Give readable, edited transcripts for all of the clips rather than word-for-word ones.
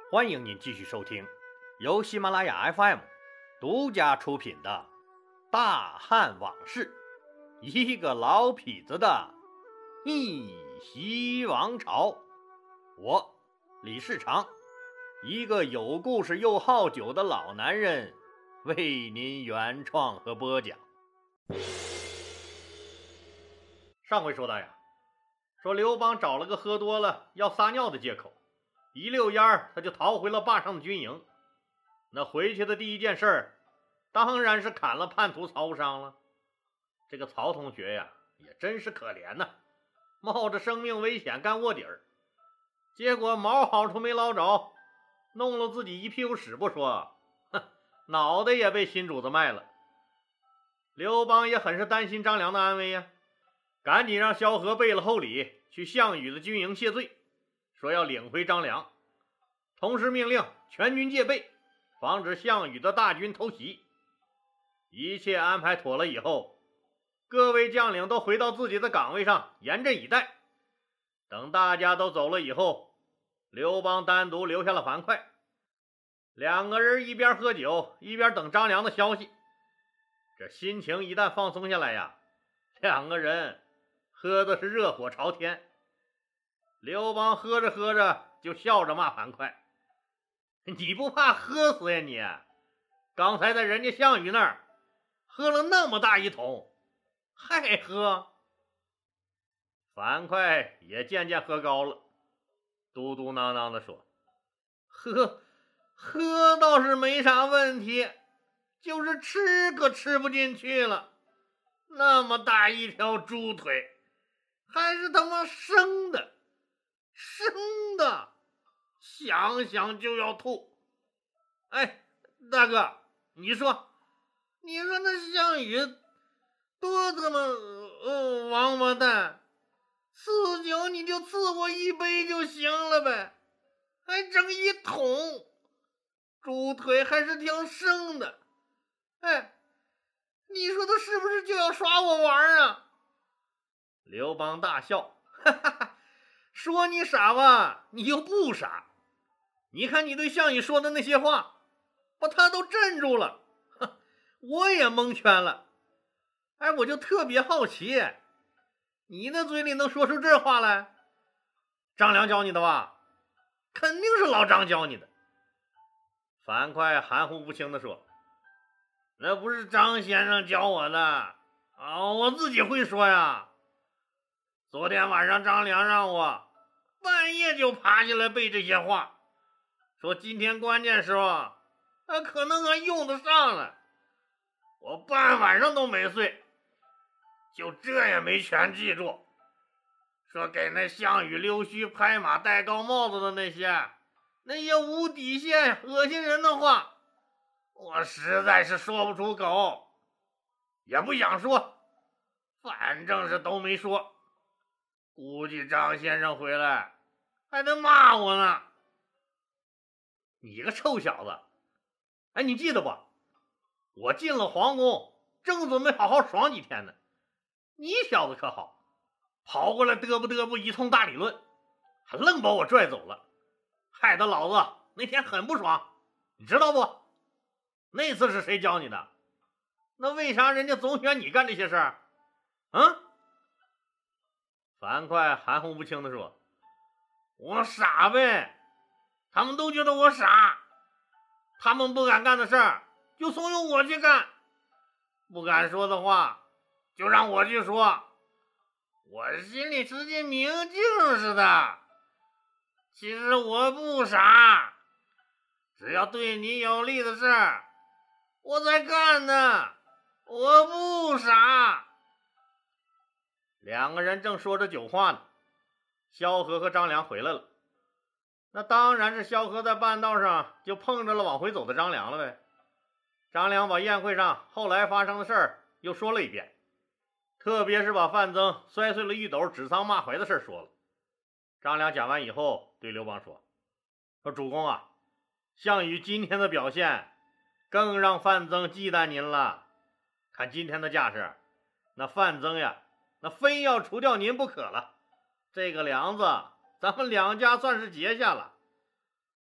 欢迎您继续收听由喜马拉雅 FM 独家出品的《大汉往事》，一个老痞子的逆袭王朝。我李世长，一个有故事又好酒的老男人，为您原创和播讲。上回说到呀，说刘邦找了个喝多了要撒尿的借口，一溜烟他就逃回了坝上的军营。那回去的第一件事当然是砍了叛徒曹无伤了。这个曹同学呀，也真是可怜呐，冒着生命危险干卧底儿，结果毛好处没捞着，弄了自己一屁股屎不说，脑袋也被新主子卖了。刘邦也很是担心张良的安危呀，赶紧让萧何备了厚礼去项羽的军营谢罪，说要领回张良，同时命令全军戒备，防止项羽的大军偷袭。一切安排妥了以后，各位将领都回到自己的岗位上严阵以待。等大家都走了以后，刘邦单独留下了樊哙，两个人一边喝酒一边等张良的消息。这心情一旦放松下来呀，两个人喝的是热火朝天。刘邦喝着喝着就笑着骂樊哙：你不怕喝死呀你？刚才在人家项羽那儿喝了那么大一桶，还喝？樊哙也渐渐喝高了，嘟嘟囔囔地说：喝倒是没啥问题，就是吃可吃不进去了。那么大一条猪腿，还是他妈生的，想想就要吐。哎，大哥，你说那项羽多他妈王八蛋，赐酒你就赐我一杯就行了呗，还整一桶，猪腿还是条生的。哎，你说他是不是就要耍我玩啊？刘邦大笑，哈哈哈，说你傻吧，你又不傻。你看你对项羽说的那些话，把他都镇住了，我也蒙圈了。哎，我就特别好奇，你那嘴里能说出这话来？张良教你的吧？肯定是老张教你的。樊哙含糊不清地说：那不是张先生教我的啊，我自己会说呀。昨天晚上张良让我半夜就爬下来背这些话，说今天关键时候可能还用得上了。我半晚上都没睡，就这也没全记住。说给那项羽溜须拍马戴高帽子的那些无底线恶心人的话，我实在是说不出口，也不想说，反正是都没说。估计张先生回来还得骂我呢。你个臭小子，哎，你记得不？我进了皇宫，正准备好好爽几天呢，你小子可好，跑过来嘚不嘚不一通大理论，还愣把我拽走了，害得老子那天很不爽，你知道不？那次是谁教你的？那为啥人家总选你干这些事儿？樊哙含糊不清地说：我傻呗，他们都觉得我傻，他们不敢干的事儿就怂恿我去干，不敢说的话就让我去说，我心里直接明镜似的。其实我不傻，只要对你有利的事儿我才干的，我不傻。两个人正说着酒话呢，萧何和张良回来了。那当然是萧何在半道上就碰着了往回走的张良了呗。张良把宴会上后来发生的事儿又说了一遍，特别是把范增摔碎了玉斗指桑骂槐的事说了。张良讲完以后对刘邦说：主公啊，项羽今天的表现更让范增忌惮您了，看今天的架势，那范增呀，那非要除掉您不可了。这个梁子咱们两家算是结下了。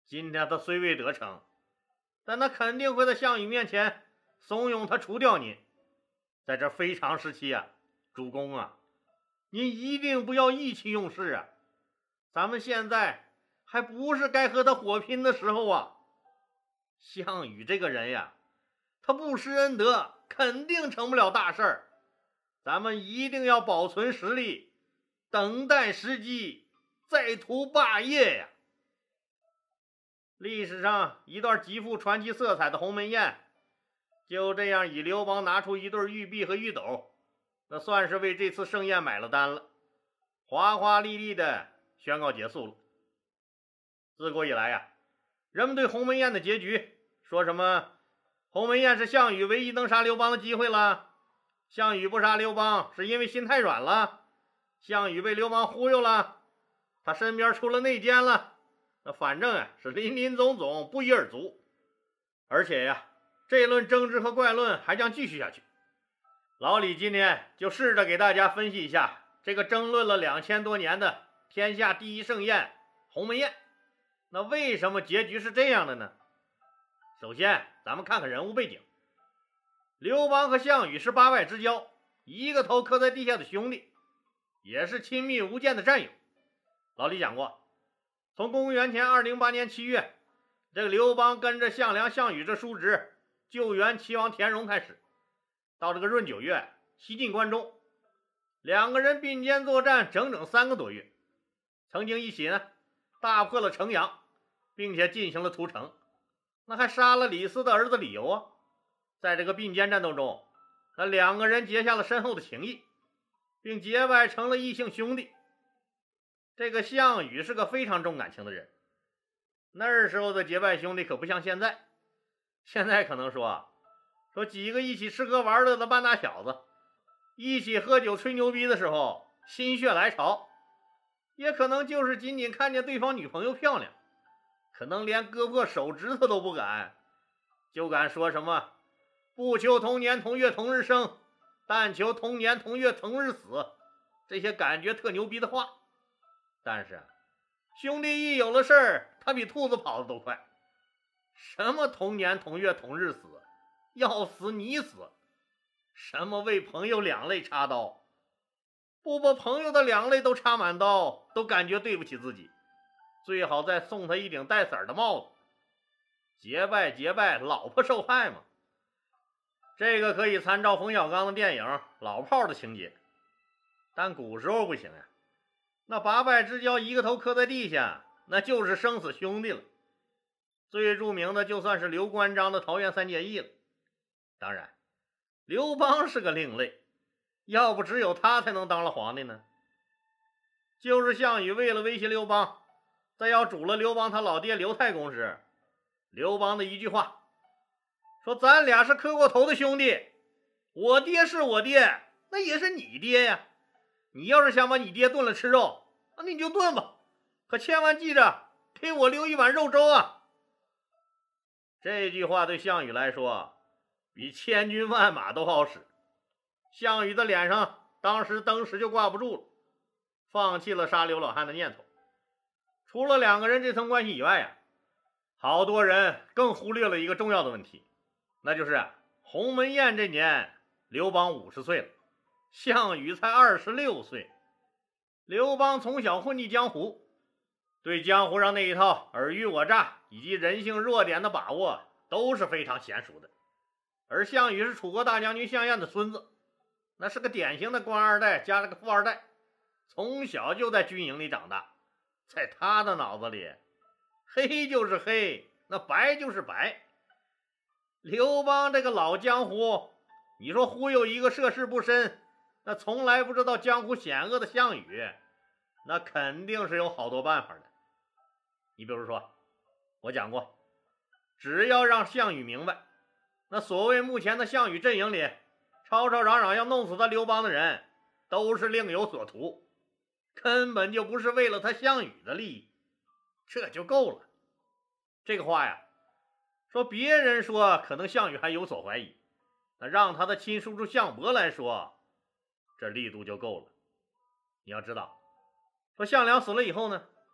今天他虽未得逞，但他肯定会在项羽面前怂恿他除掉您。在这非常时期啊，主公啊，您一定不要意气用事啊！咱们现在还不是该和他火拼的时候啊！项羽这个人呀，他不施恩德，肯定成不了大事儿。咱们一定要保存实力，等待时机，再图霸业呀！历史上一段极富传奇色彩的鸿门宴，就这样以刘邦拿出一对玉璧和玉斗，那算是为这次盛宴买了单了，华华丽丽的宣告结束了。自古以来呀，人们对鸿门宴的结局说什么鸿门宴是项羽唯一能杀刘邦的机会了，项羽不杀刘邦是因为心太软了，项羽被刘邦忽悠了，他身边出了内奸了，那反正啊是林林总总，不一而足。而且呀，这轮争执和怪论还将继续下去。老李今天就试着给大家分析一下这个争论了2000多年的天下第一盛宴鸿门宴，那为什么结局是这样的呢？首先咱们看看人物背景。刘邦和项羽是八拜之交，一个头磕在地下的兄弟，也是亲密无间的战友。老李讲过，从公元前208年7月，这个刘邦跟着项梁、项羽这叔侄救援齐王田荣开始，到这个闰9月西进关中，两个人并肩作战整整3个多月，曾经一起呢大破了城阳，并且进行了屠城，那还杀了李斯的儿子李由啊。在这个并肩战斗中，那两个人结下了深厚的情谊，并结拜成了异姓兄弟。这个项羽是个非常重感情的人，那时候的结拜兄弟可不像现在，现在可能说几个一起吃喝玩乐的半大小子，一起喝酒吹牛逼的时候心血来潮，也可能就是仅仅看见对方女朋友漂亮，可能连割破手指头都不敢，就敢说什么不求同年同月同日生，但求同年同月同日死，这些感觉特牛逼的话。但是兄弟一有了事儿，他比兔子跑得都快。什么同年同月同日死，要死你死。什么为朋友两肋插刀，不把朋友的两肋都插满刀，都感觉对不起自己。最好再送他一顶带伞的帽子。结拜，老婆受害嘛。这个可以参照冯小刚的电影《老炮》的情节，但古时候不行呀。那八拜之交一个头磕在地下，那就是生死兄弟了。最著名的就算是刘关张的桃园三结义了。当然刘邦是个另类，要不只有他才能当了皇帝呢。就是项羽为了威胁刘邦，在要煮了刘邦他老爹刘太公时，刘邦的一句话说咱俩是磕过头的兄弟，我爹是我爹，那也是你爹呀，你要是想把你爹炖了吃肉，那你就炖吧，可千万记着给我留一碗肉粥啊。这句话对项羽来说比千军万马都好使。项羽的脸上当时登时就挂不住了，放弃了杀刘老汉的念头。除了两个人这层关系以外啊，好多人更忽略了一个重要的问题，那就是鸿门宴这年刘邦50岁了，项羽才26岁。刘邦从小混迹江湖，对江湖上那一套尔虞我诈以及人性弱点的把握都是非常娴熟的。而项羽是楚国大将军项燕的孙子，那是个典型的官二代加了个富二代，从小就在军营里长大。在他的脑子里，黑就是黑，那白就是白。刘邦这个老江湖，你说忽悠一个涉世不深，那从来不知道江湖险恶的项羽，那肯定是有好多办法的。你比如说，我讲过，只要让项羽明白，那所谓目前的项羽阵营里吵吵嚷嚷要弄死他刘邦的人，都是另有所图，根本就不是为了他项羽的利益，这就够了。这个话呀，说别人说可能项羽还有所怀疑，那让他的亲叔叔项伯来说，这力度就够了。你要知道，说项梁死了以后呢，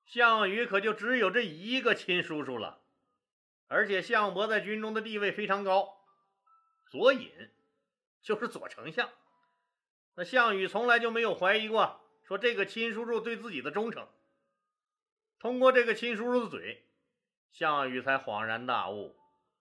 项羽可就只有这一个亲叔叔了，而且项伯在军中的地位非常高，左尹就是左丞相。那项羽从来就没有怀疑过说这个亲叔叔对自己的忠诚。通过这个亲叔叔的嘴，项羽才恍然大悟，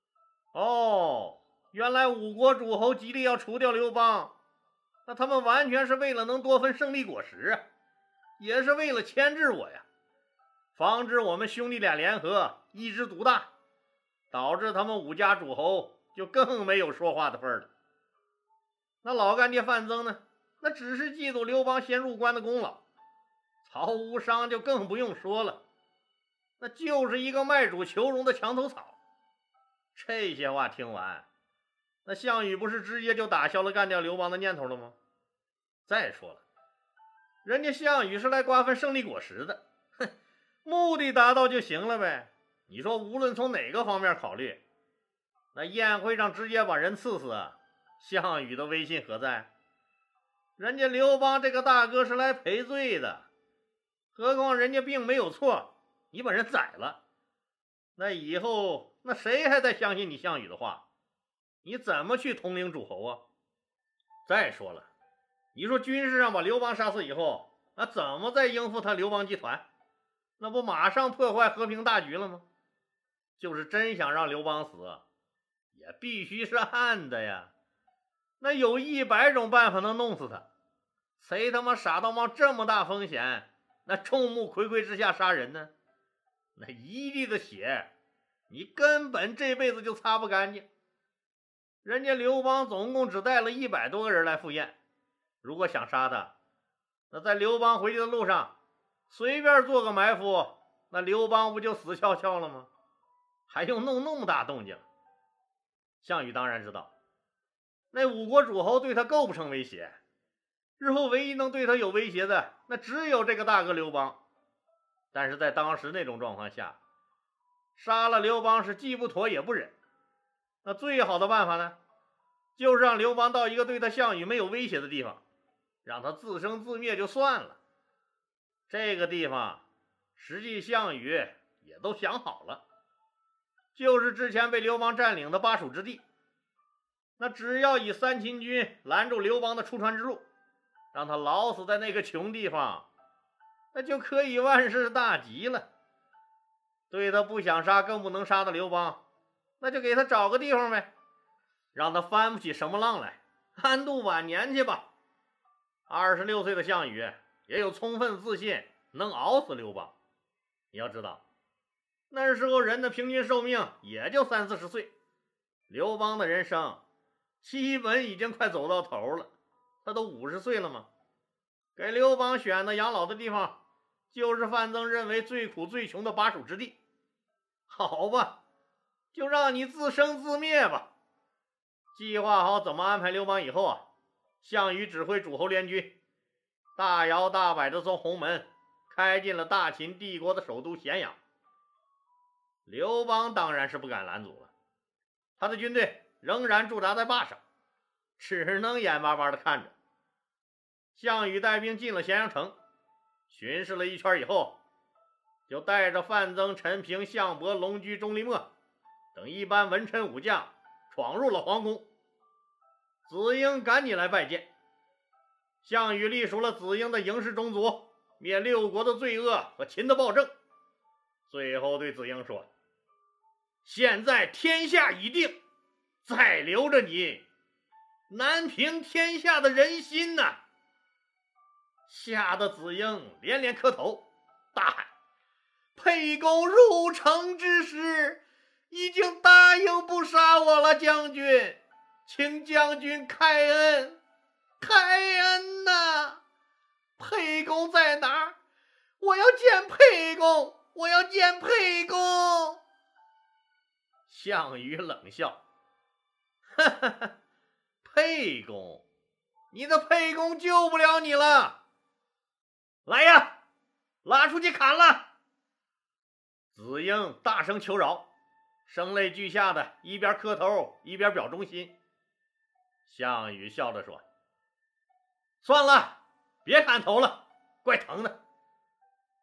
原来五国诸侯极力要除掉刘邦，那他们完全是为了能多分胜利果实啊，也是为了牵制我呀，防止我们兄弟俩联合一枝独大，导致他们五家诸侯就更没有说话的份了。那老干爹范增呢，那只是嫉妒刘邦先入关的功劳，曹无伤就更不用说了，那就是一个卖主求荣的墙头草。这些话听完，那项羽不是直接就打消了干掉刘邦的念头了吗？再说了，人家项羽是来瓜分胜利果实的，目的达到就行了呗。你说无论从哪个方面考虑，那宴会上直接把人刺死，项羽的威信何在？人家刘邦这个大哥是来赔罪的，何况人家并没有错，你把人宰了，那以后那谁还在相信你项羽的话？你怎么去统领诸侯啊？再说了，你说军事上把刘邦杀死以后，那怎么再应付他刘邦集团？那不马上破坏和平大局了吗？就是真想让刘邦死，也必须是暗的呀。那有100种办法能弄死他，谁他妈傻到冒这么大风险，那众目睽睽之下杀人呢？那一地的血，你根本这辈子就擦不干净。人家刘邦总共只带了100多个人来赴宴，如果想杀他，那在刘邦回去的路上随便做个埋伏，那刘邦不就死翘翘了吗？还用弄那么大动静？项羽当然知道，那五国诸侯对他构不成威胁，日后唯一能对他有威胁的，那只有这个大哥刘邦。但是在当时那种状况下，杀了刘邦是既不妥也不忍。那最好的办法呢，就是让刘邦到一个对他项羽没有威胁的地方，让他自生自灭就算了。这个地方实际项羽也都想好了，就是之前被刘邦占领的巴蜀之地。那只要以三秦军拦住刘邦的出船之路，让他老死在那个穷地方，那就可以万事大吉了。对他不想杀更不能杀的刘邦，那就给他找个地方呗，让他翻不起什么浪来，安度晚年去吧。26岁的项羽也有充分自信能熬死刘邦。你要知道，那时候人的平均寿命也就30-40岁，刘邦的人生基本已经快走到头了，他都50岁了嘛。给刘邦选的养老的地方，就是范增认为最苦最穷的巴蜀之地。好吧，就让你自生自灭吧。计划好怎么安排刘邦以后啊，项羽指挥诸侯联军，大摇大摆地从鸿门开进了大秦帝国的首都咸阳。刘邦当然是不敢拦阻了，他的军队仍然驻扎在坝上，只能眼巴巴地看着。项羽带兵进了咸阳城，巡视了一圈以后，就带着范增、陈平、项伯、龙驹、钟离墨等一班文臣武将闯入了皇宫。子婴赶紧来拜见。项羽隶属了子婴的营氏宗族，灭6国的罪恶和秦的暴政。最后对子婴说：现在天下已定，再留着你，难平天下的人心呐！吓得子婴连连磕头，大喊：沛公入城之时已经答应不杀我了，将军，请将军开恩，开恩呐！沛公在哪儿？我要见沛公，我要见沛公！项羽冷笑：哈哈哈，沛公，你的沛公救不了你了。来呀，拉出去砍了！子婴大声求饶，声泪俱下的一边磕头一边表忠心。项羽笑着说：算了，别砍头了，怪疼的。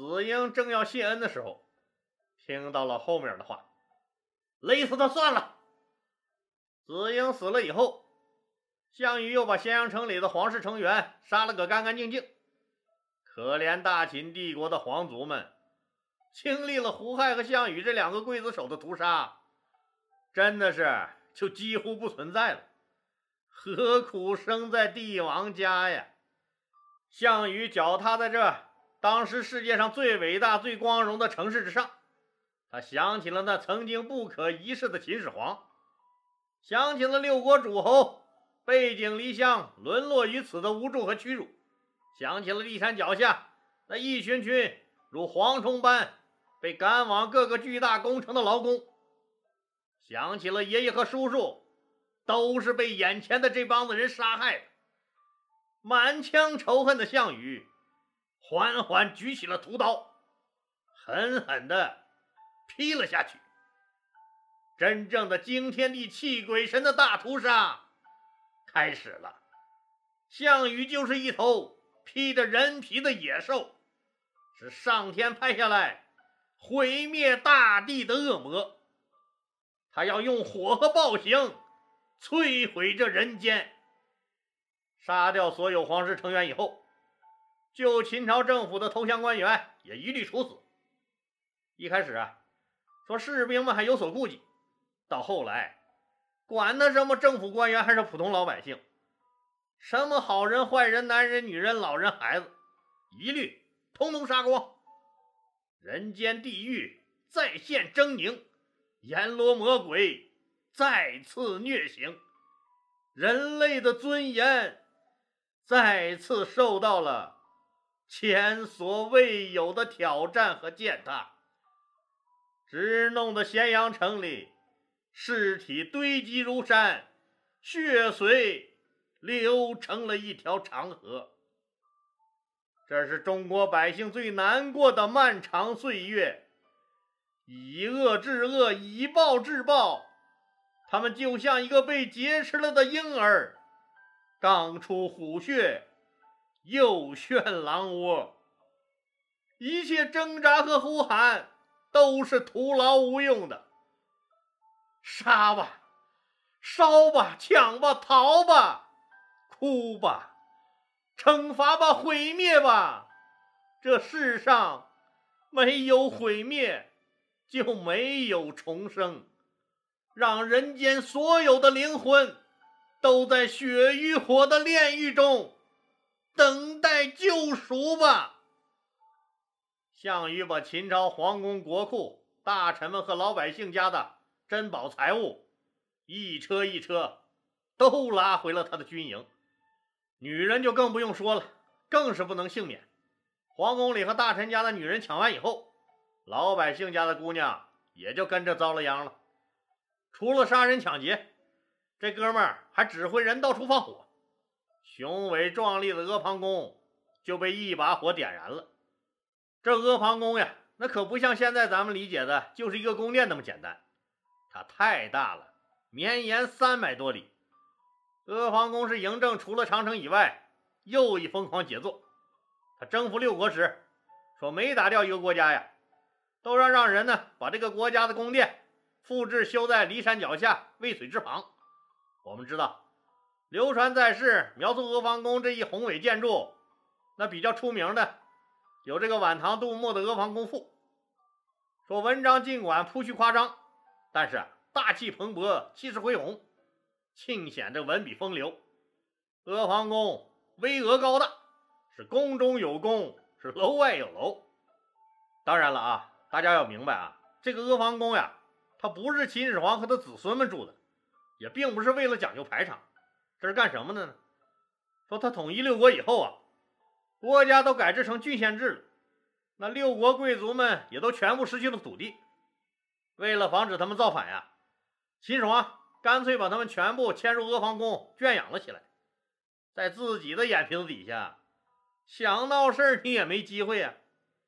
子婴正要谢恩的时候，听到了后面的话，勒死他算了。子婴死了以后，项羽又把咸阳城里的皇室成员杀了个干干净净。可怜大秦帝国的皇族们经历了胡亥和项羽这两个刽子手的屠杀，真的是就几乎不存在了。何苦生在帝王家呀？项羽脚踏在这当时世界上最伟大最光荣的城市之上，他想起了那曾经不可一世的秦始皇，想起了六国诸侯背井离乡沦落于此的无助和屈辱，想起了骊山脚下那一群群如蝗虫般被赶往各个巨大工程的劳工，想起了爷爷和叔叔都是被眼前的这帮子人杀害的。满腔仇恨的项羽缓缓举起了屠刀，狠狠地劈了下去。真正的惊天地泣鬼神的大屠杀开始了。项羽就是一头披着人皮的野兽，是上天派下来毁灭大地的恶魔。他要用火和暴行摧毁这人间。杀掉所有皇室成员以后，就秦朝政府的投降官员也一律处死。一开始说士兵们还有所顾忌，到后来管他什么政府官员还是普通老百姓，什么好人坏人男人女人老人孩子，一律通通杀光。人间地狱再现狰狞，阎罗魔鬼再次虐刑，人类的尊严再次受到了前所未有的挑战和践踏，只弄得咸阳城里尸体堆积如山，血水流成了一条长河。这是中国百姓最难过的漫长岁月，以恶制恶，以暴制暴，他们就像一个被劫持了的婴儿，刚出虎穴又炫狼窝，一切挣扎和呼喊都是徒劳无用的。杀吧，烧吧，抢吧，逃吧，哭吧，惩罚吧，毁灭吧，这世上没有毁灭就没有重生，让人间所有的灵魂都在血与火的炼狱中等待救赎吧。项羽把秦朝皇宫国库、大臣们和老百姓家的珍宝财物一车一车都拉回了他的军营。女人就更不用说了，更是不能幸免。皇宫里和大臣家的女人抢完以后，老百姓家的姑娘也就跟着遭了殃了。除了杀人抢劫，这哥们儿还指挥人到处放火，雄伟壮丽的阿房宫就被一把火点燃了。这阿房宫呀，那可不像现在咱们理解的就是一个宫殿那么简单，它太大了，绵延300多里。阿房宫是嬴政除了长城以外又一疯狂杰作。他征服6国时说，每打掉一个国家呀，都让人呢把这个国家的宫殿复制修在骊山脚下渭水之旁。我们知道流传在世描述阿房宫这一宏伟建筑，那比较出名的有这个晚唐杜牧的《阿房宫赋》，说文章尽管铺叙夸张，但是大气蓬勃，气势恢宏，尽显这文笔风流。阿房宫巍峨高大，是宫中有宫，是楼外有楼。当然了大家要明白这个阿房宫呀，它不是秦始皇和他子孙们住的，也并不是为了讲究排场，这是干什么的呢？说他统一6国以后国家都改制成郡县制了，那6国贵族们也都全部失去了土地。为了防止他们造反呀，秦始皇干脆把他们全部迁入阿房宫圈养了起来，在自己的眼皮子底下，想闹事你也没机会呀。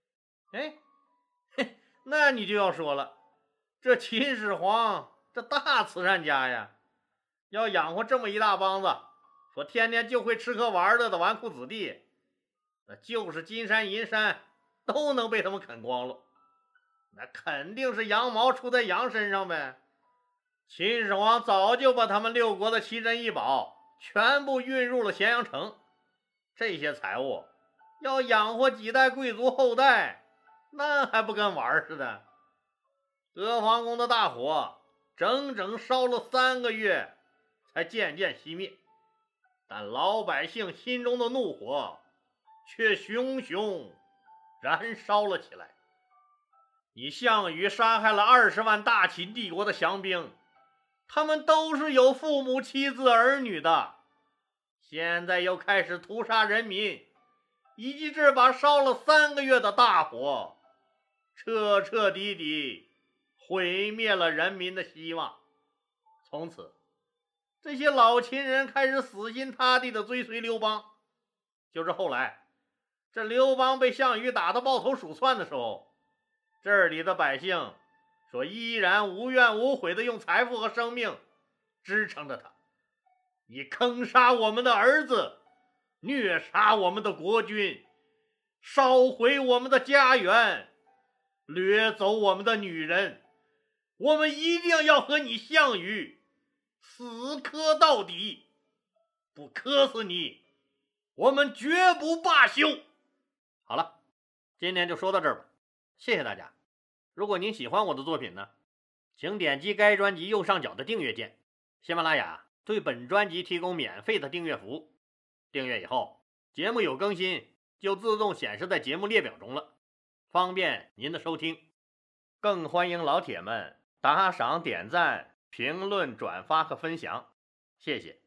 那你就要说了，这秦始皇这大慈善家呀，要养活这么一大帮子说天天就会吃喝玩乐的纨绔子弟，那就是金山银山都能被他们啃光了。那肯定是羊毛出在羊身上呗。秦始皇早就把他们6国的奇珍异宝全部运入了咸阳城，这些财物要养活几代贵族后代，那还不跟玩似的。德皇宫的大火整整烧了3个月才渐渐熄灭，但老百姓心中的怒火却熊熊燃烧了起来。你项羽杀害了20万大秦帝国的降兵，他们都是有父母妻子儿女的，现在又开始屠杀人民，一记这把烧了3个月的大火，彻彻底底毁灭了人民的希望。从此这些老秦人开始死心塌地的追随刘邦。就是后来这刘邦被项羽打得抱头鼠窜的时候，这里的百姓说依然无怨无悔的用财富和生命支撑着他。你坑杀我们的儿子，虐杀我们的国君，烧毁我们的家园，掠走我们的女人，我们一定要和你项羽死磕到底，不磕死你，我们绝不罢休。好了，今天就说到这儿吧，谢谢大家。如果您喜欢我的作品呢，请点击该专辑右上角的订阅键。喜马拉雅对本专辑提供免费的订阅服务，订阅以后节目有更新就自动显示在节目列表中了，方便您的收听。更欢迎老铁们打赏、点赞、评论、转发和分享，谢谢。